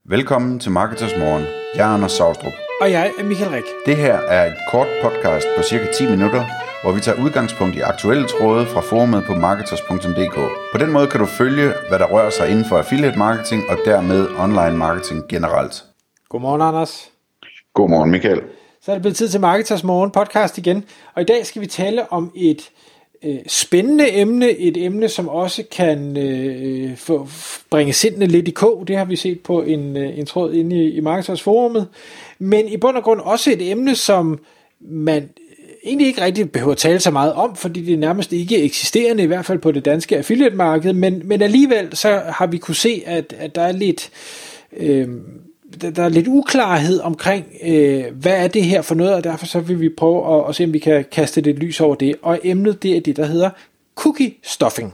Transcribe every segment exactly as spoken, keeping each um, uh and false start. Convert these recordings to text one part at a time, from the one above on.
Velkommen til Marketers Morgen. Jeg er Anders Saustrup. Og jeg er Michael Rik. Det her er et kort podcast på cirka ti minutter, hvor vi tager udgangspunkt i aktuelle tråde fra forumet på marketers punktum d k. På den måde kan du følge, hvad der rører sig inden for affiliate marketing og dermed online marketing generelt. Godmorgen, Anders. Godmorgen, Michael. Så er det blevet tid til Marketers Morgen podcast igen. Og i dag skal vi tale om et øh, spændende emne. Et emne, som også kan øh, få, bringe sindene lidt i kog. Det har vi set på en, øh, en tråd inde i, i Marketers forumet. Men i bund og grund også et emne, som man egentlig ikke rigtig behøver at tale så meget om, fordi det er nærmest ikke eksisterende, i hvert fald på det danske affiliate-marked. Men, men alligevel så har vi kunne se, at, at der er lidt... Øh, der er lidt uklarhed omkring, øh, hvad er det her for noget, og derfor så vil vi prøve at, at se, om vi kan kaste lidt lys over det. Og emnet, det er det, der hedder cookie stuffing.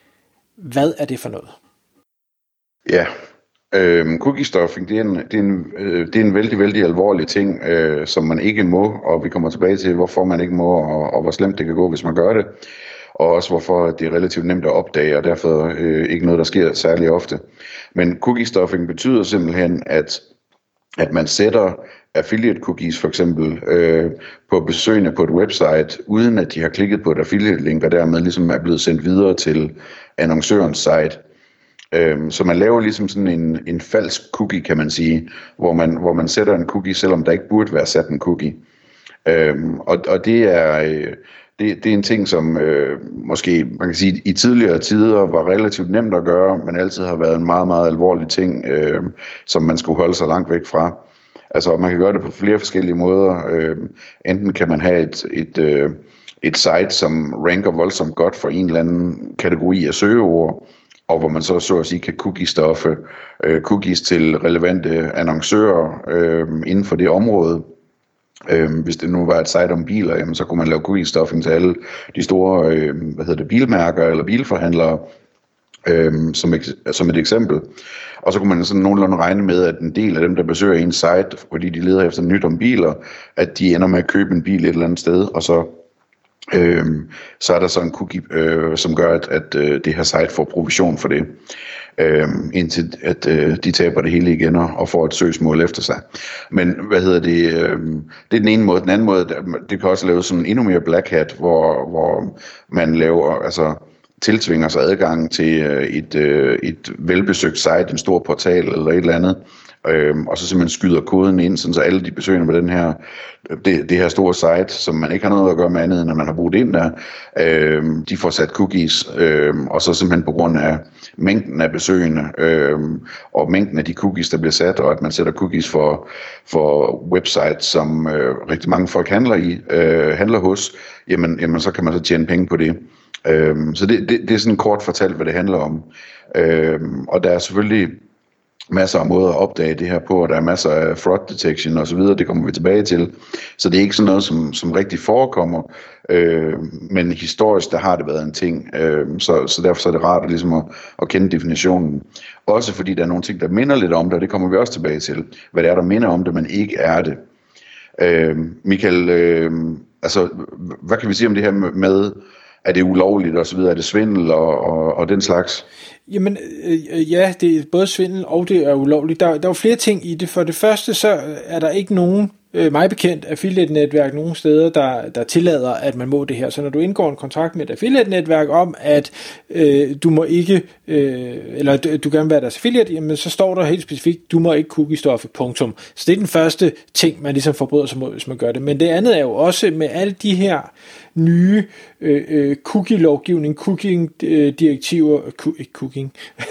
Hvad er det for noget? Ja, øh, cookie stuffing, det er en, det er en, øh, det er en vældig, vældig alvorlig ting, øh, som man ikke må, og vi kommer tilbage til, hvorfor man ikke må, og, og hvor slemt det kan gå, hvis man gør det. Og også hvorfor det er relativt nemt at opdage, og derfor øh, ikke noget, der sker særlig ofte. Men cookie stuffing betyder simpelthen, at, at man sætter affiliate cookies for eksempel øh, på besøgende på et website, uden at de har klikket på et affiliate link, og dermed ligesom er blevet sendt videre til annoncørens site. Øh, så man laver ligesom sådan en, en falsk cookie, kan man sige, hvor man, hvor man sætter en cookie, selvom der ikke burde være sat en cookie. Øh, og, og det er... Øh, Det, det er en ting, som øh, måske man kan sige, i tidligere tider var relativt nemt at gøre, men altid har været en meget, meget alvorlig ting, øh, som man skulle holde sig langt væk fra. Altså man kan gøre det på flere forskellige måder. Øh, enten kan man have et, et, øh, et site, som ranker voldsomt godt for en eller anden kategori af søgeord, og hvor man så så at sige kan cookie-stuffe øh, cookies til relevante annoncører øh, inden for det område. Øhm, hvis det nu var et site om biler, jamen, så kunne man lave cookie stuffing til alle de store øh, hvad hedder det, bilmærker eller bilforhandlere, øhm, som, som et eksempel. Og så kunne man sådan nogenlunde regne med, at en del af dem, der besøger en site, fordi de leder efter nyt om biler, at de ender med at købe en bil et eller andet sted, og så, øh, så er der så en cookie, øh, som gør, at, at øh, det her site får provision for det. Øhm, indtil at øh, de taber det hele igen og, og får et søgsmål efter sig. Men hvad hedder det? Øh, det er den ene måde. Den anden måde, det kan også laves sådan endnu mere black hat, hvor, hvor man laver, altså tiltvinger sig adgang til øh, et, øh, et velbesøgt site, en stor portal eller et eller andet, Øhm, og så simpelthen skyder koden ind, sådan så alle de besøgende på den her, det, det her store site, som man ikke har noget at gøre med andet, end at man har brugt ind der, øhm, de får sat cookies, øhm, og så simpelthen på grund af mængden af besøgende, øhm, og mængden af de cookies, der bliver sat, og at man sætter cookies for, for websites, som øh, rigtig mange folk handler i, øh, handler hos, jamen, jamen så kan man så tjene penge på det. Øhm, så det, det, det er sådan kort fortalt, hvad det handler om. Øhm, og der er selvfølgelig masser af måder at opdage det her på, og der er masser af fraud detection og så videre, det kommer vi tilbage til. Så det er ikke sådan noget, som, som rigtig forekommer, øh, men historisk, der har det været en ting, øh, så, så derfor så er det rart at, ligesom at, at kende definitionen. Også fordi der er nogle ting, der minder lidt om det, og det kommer vi også tilbage til, hvad det er, der minder om det, men ikke er det. Øh, Michael, øh, altså, hvad kan vi sige om det her med, er det ulovligt og så videre, er det svindel og, og, og den slags? Jamen, øh, ja, det er både svindel og det er ulovligt. Der, der er jo flere ting i det. For det første, så er der ikke nogen, øh, mig bekendt, affiliate-netværk nogen steder, der, der tillader, at man må det her. Så når du indgår en kontrakt med et affiliate-netværk om, at øh, du må ikke, øh, eller du gerne vil være deres affiliate, jamen, så står der helt specifikt, du må ikke cookie-stuffe, punktum. Så det er den første ting, man ligesom forbryder sig mod, hvis man gør det. Men det andet er jo også med alle de her nye øh, cookie-lovgivning, cookie-direktiver, cooking,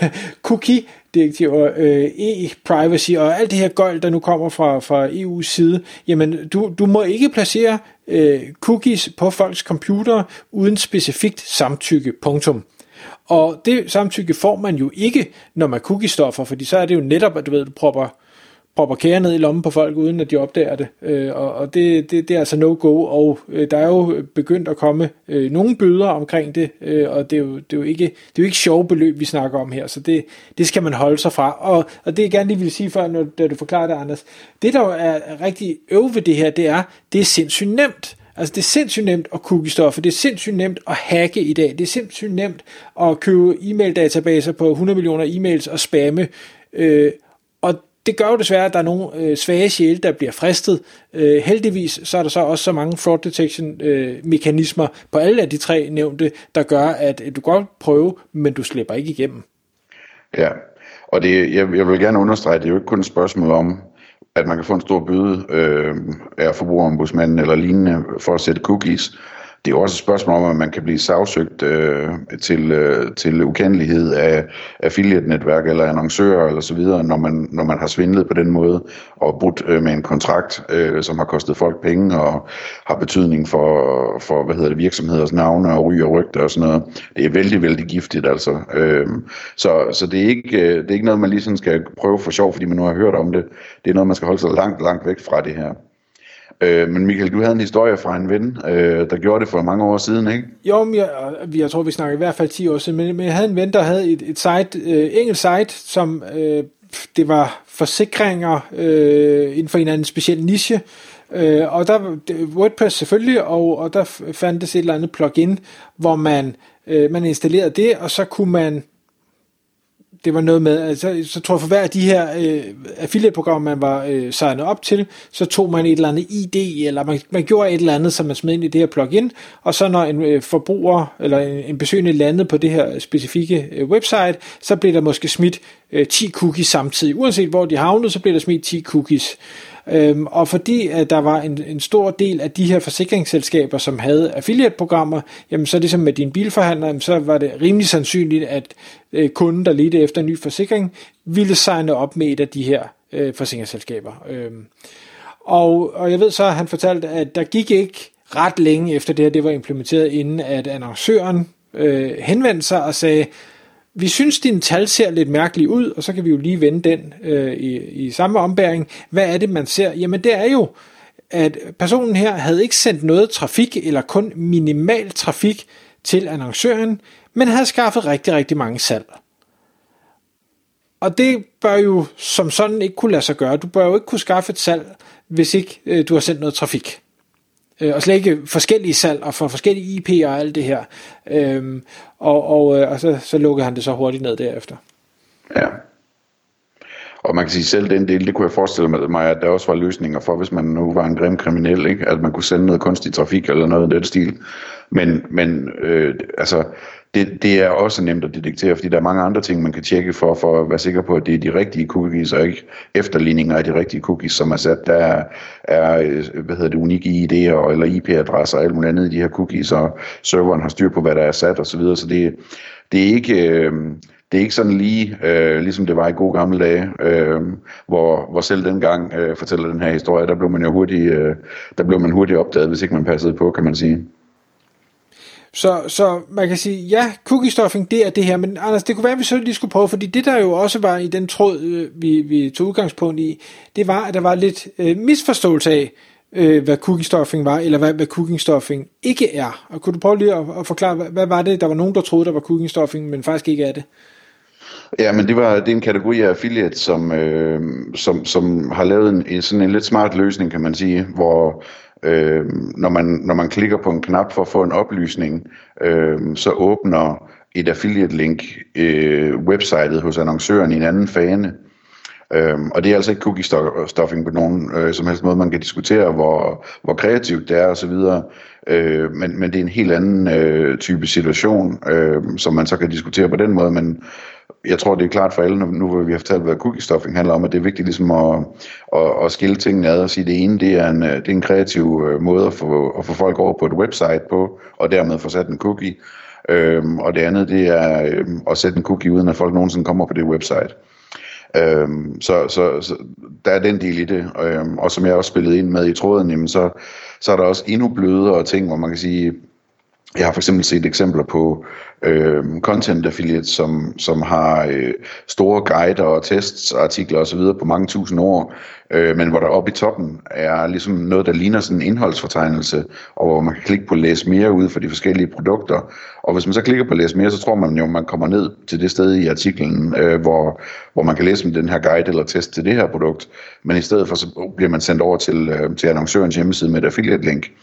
cookie-direktiver, øh, e-privacy og alt det her gøjl, der nu kommer fra, fra E U's side, jamen du, du må ikke placere øh, cookies på folks computer uden specifikt samtykke, punktum. Og det samtykke får man jo ikke, når man cookie-stuffer, fordi så er det jo netop, at du ved, du propper propper kære ned i lommen på folk, uden at de opdager det. Øh, og og det, det, det er altså no-go, og øh, der er jo begyndt at komme øh, nogle bøder omkring det, øh, og det er, jo, det, er jo ikke, det er jo ikke sjove beløb, vi snakker om her, så det, det skal man holde sig fra. Og, og det jeg gerne lige vil sige før, når, da du forklarer det, Anders, det der jo er rigtig øv ved det her, det er, det er sindssygt nemt. Altså det er sindssygt nemt at cookie-stuffe, det er sindssygt nemt at hacke i dag, det er sindssygt nemt at købe e-mail-databaser på hundrede millioner e-mails og spamme, øh, og det gør jo desværre, at der er nogle øh, svage sjæle, der bliver fristet. Øh, heldigvis så er der så også så mange fraud detection øh, mekanismer på alle af de tre nævnte, der gør, at øh, du godt prøve, men du slipper ikke igennem. Ja, og det, jeg, jeg vil gerne understrege, at det er jo ikke kun et spørgsmål om, at man kan få en stor bøde øh, af forbrugerombudsmanden eller lignende for at sætte cookies. Det er jo også et spørgsmål om, at man kan blive sagsøgt øh, til, øh, til ukendelighed af affiliate-netværk eller annoncører eller så videre, når man, når man har svindlet på den måde og brudt øh, med en kontrakt, øh, som har kostet folk penge og har betydning for, for hvad hedder det, virksomheders navne og ry og rygter og sådan noget. Det er vældig, vældig giftigt altså. Øh, så så det, er ikke, det er ikke noget, man lige sådan skal prøve for sjov, fordi man nu har hørt om det. Det er noget, man skal holde sig langt, langt væk fra det her. Men Michael, du havde en historie fra en ven, der gjorde det for mange år siden, ikke? Jo, men jeg, jeg tror, vi snakker i hvert fald ti år siden, men, men jeg havde en ven, der havde et, et site, øh, engelsk site, som øh, det var forsikringer øh, inden for en anden speciel niche, øh, og der WordPress selvfølgelig, og, og der fandtes et eller andet plugin, hvor man, øh, man installerede det, og så kunne man det var noget med, altså, så tror jeg for hver af de her øh, affiliate-programmer, man var øh, signet op til, så tog man et eller andet I D, eller man, man gjorde et eller andet, som man smed ind i det her plugin, og så når en øh, forbruger, eller en, en besøgende landede på det her specifikke øh, website, så blev der måske smidt øh, ti cookies samtidig. Uanset hvor de havnede, så blev der smidt ti cookies. Øhm, og fordi at der var en, en stor del af de her forsikringsselskaber, som havde affiliate-programmer, jamen så ligesom med din bilforhandler, jamen, så var det rimelig sandsynligt, at øh, kunden, der ledte efter en ny forsikring, ville signe op med et af de her øh, forsikringsselskaber. Øhm, og, og jeg ved så, at han fortalte, at der gik ikke ret længe efter det her, det var implementeret, inden at annoncøren øh, henvendte sig og sagde, vi synes, dine tal ser lidt mærkeligt ud, og så kan vi jo lige vende den øh, i, i samme ombæring. Hvad er det, man ser? Jamen det er jo, at personen her havde ikke sendt noget trafik, eller kun minimal trafik til annoncøren, men havde skaffet rigtig, rigtig mange salg. Og det bør jo som sådan ikke kunne lade sig gøre. Du bør jo ikke kunne skaffe et salg, hvis ikke øh, du har sendt noget trafik. Og slet ikke forskellige salg og for forskellige I P'er og alt det her. Øhm, og og, og så, så lukkede han det så hurtigt ned derefter. Ja. Og man kan sige selv den del, det kunne jeg forestille mig, at der også var løsninger for, hvis man nu var en grim kriminel, ikke? At man kunne sende noget kunstig trafik eller noget af den stil. Men, men øh, altså, det, det er også nemt at detektere, fordi der er mange andre ting, man kan tjekke for, for at være sikker på, at det er de rigtige cookies, og ikke efterligninger af de rigtige cookies, som er sat. Der er, er hvad hedder det, unikke I D'er eller I P-adresser og alt muligt andet i de her cookies, og serveren har styr på, hvad der er sat osv., så, videre. Så det, det er ikke... Øh, Det er ikke sådan lige, øh, ligesom det var i gode gamle dage, øh, hvor, hvor selv dengang øh, fortæller den her historie, der blev man jo hurtigt, øh, der blev man hurtigt opdaget, hvis ikke man passede på, kan man sige. Så, så man kan sige, ja, cookie stuffing, det er det her, men Anders, det kunne være, at vi så lige skulle prøve, fordi det der jo også var i den tråd, øh, vi, vi tog udgangspunkt i, det var, at der var lidt øh, misforståelse af, øh, hvad cookie stuffing var, eller hvad, hvad cookie stuffing ikke er. Og kunne du prøve lige at, at forklare, hvad, hvad var det, der var nogen, der troede, der var cookie stuffing, men faktisk ikke er det? Ja, men det var det er en kategori af affiliate, som øh, som som har lavet en, en sådan en lidt smart løsning, kan man sige, hvor øh, når man når man klikker på en knap for at få en oplysning, øh, så åbner et affiliate link øh, websitet hos annoncøren i en anden fane. Øhm, og det er altså ikke cookie stuffing på nogen øh, som helst måde. Man kan diskutere, hvor, hvor kreativt det er og så videre, øh, men, men det er en helt anden øh, type situation, øh, som man så kan diskutere på den måde, men jeg tror, det er klart for alle, nu hvor vi har fortalt, hvad cookie stuffing handler om, at det er vigtigt ligesom at, at, at skille tingene ad og sige, at det ene, det er en, det er en kreativ måde at få, at få folk over på et website på, og dermed få sat en cookie, øhm, og det andet, det er øhm, at sætte en cookie, uden at folk nogensinde kommer på det website. Øhm, så, så, så der er den del i det, øhm, og som jeg også spillede ind med i tråden, jamen så, så er der også endnu blødere ting, hvor man kan sige, jeg har for eksempel set eksempler på øh, content affiliates, som, som har øh, store guider og tests, artikler osv. på mange tusind år, øh, men hvor der oppe i toppen er ligesom noget, der ligner sådan en indholdsfortegnelse, og hvor man kan klikke på læse mere ud for de forskellige produkter. Og hvis man så klikker på læse mere, så tror man jo, man kommer ned til det sted i artiklen, øh, hvor, hvor man kan læse om den her guide eller test til det her produkt, men i stedet for så bliver man sendt over til, øh, til annoncørens hjemmeside med et affiliate link.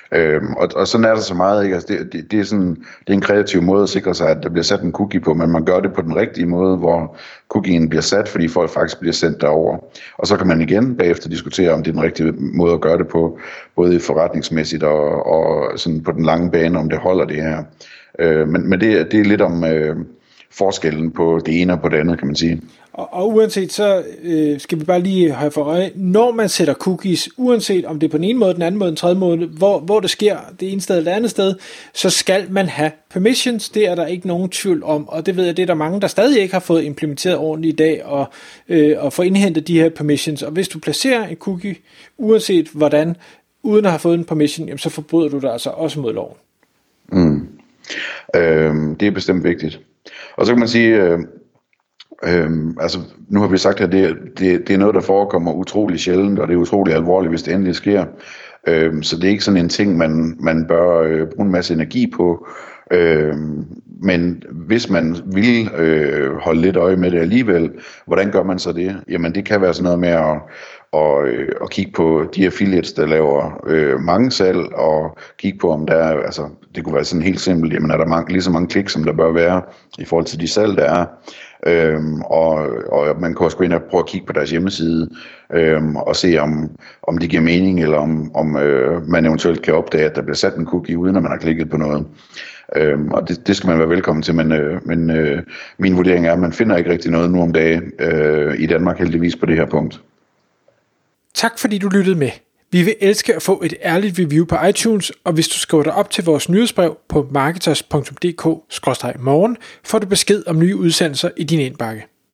Øhm, og, og sådan er der så meget, ikke? Altså det, det, det, er sådan, det er en kreativ måde at sikre sig, at der bliver sat en cookie på, men man gør det på den rigtige måde, hvor cookien bliver sat, fordi folk faktisk bliver sendt derover. Og så kan man igen bagefter diskutere, om det er den rigtige måde at gøre det på, både forretningsmæssigt og, og sådan på den lange bane, om det holder det her. Øh, men men det, det er lidt om øh, forskellen på det ene og på det andet, kan man sige. Og, og uanset så øh, skal vi bare lige have for øje, når man sætter cookies, uanset om det er på den ene måde, den anden måde, den tredje måde, hvor, hvor det sker, det ene sted eller det andet sted, så skal man have permissions. Det er der ikke nogen tvivl om, og det ved jeg, det er der mange, der stadig ikke har fået implementeret ordentligt i dag, og, øh, og få indhentet de her permissions. Og hvis du placerer en cookie, uanset hvordan, uden at have fået en permission, jamen, så forbryder du dig altså også mod loven. Mm. Øhm, det er bestemt vigtigt. Og så kan man sige, øh, øh, altså nu har vi sagt, at det, det, det er noget, der forekommer utrolig sjældent, og det er utrolig alvorligt, hvis det endelig sker. Øh, så det er ikke sådan en ting, man, man bør øh, bruge en masse energi på. Øh, men hvis man vil øh, holde lidt øje med det alligevel, hvordan gør man så det? Jamen det kan være sådan noget med at Og, øh, og kigge på de affiliates, der laver øh, mange salg, og kigge på, om der er, altså det kunne være sådan helt simpelt, jamen er der mange, lige så mange klik, som der bør være, i forhold til de salg, der er. Øhm, og, og man kan også gå ind og prøve at kigge på deres hjemmeside, øhm, og se, om, om det giver mening, eller om, om øh, man eventuelt kan opdage, at der bliver sat en cookie, uden at man har klikket på noget. Øhm, og det, det skal man være velkommen til, men, øh, men øh, min vurdering er, at man finder ikke rigtig noget nu om dagen øh, i Danmark, heldigvis på det her punkt. Tak fordi du lyttede med. Vi vil elske at få et ærligt review på iTunes, og hvis du skriver dig op til vores nyhedsbrev på marketers punktum d k skråstreg morgen, får du besked om nye udsendelser i din indbakke.